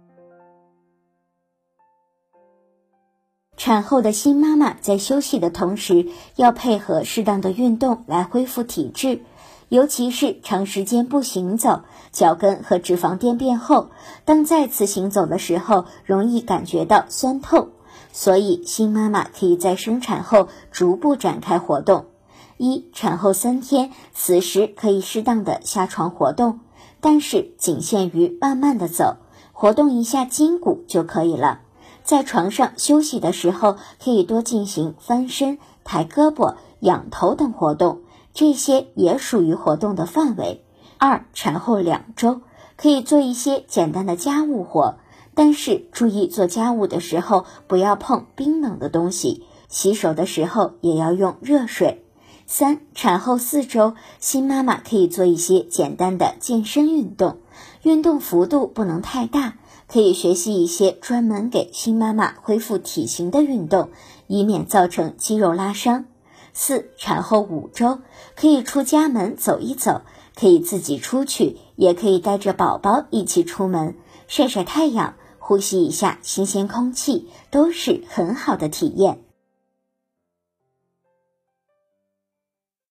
产后的新妈妈在休息的同时，要配合适当的运动来恢复体质，尤其是长时间不行走，脚跟和脂肪垫变厚，当再次行走的时候，容易感觉到酸痛。所以新妈妈可以在生产后逐步展开活动。产后3天，此时可以适当的下床活动，但是仅限于慢慢的走，活动一下筋骨就可以了。在床上休息的时候，可以多进行翻身、抬胳膊、仰头等活动，这些也属于活动的范围。产后2周，可以做一些简单的家务活，但是注意做家务的时候不要碰冰冷的东西，洗手的时候也要用热水。产后4周，新妈妈可以做一些简单的健身运动，运动幅度不能太大，可以学习一些专门给新妈妈恢复体型的运动，以免造成肌肉拉伤。产后5周，可以出家门走一走，可以自己出去，也可以带着宝宝一起出门，晒晒太阳，呼吸一下新鲜空气，都是很好的体验。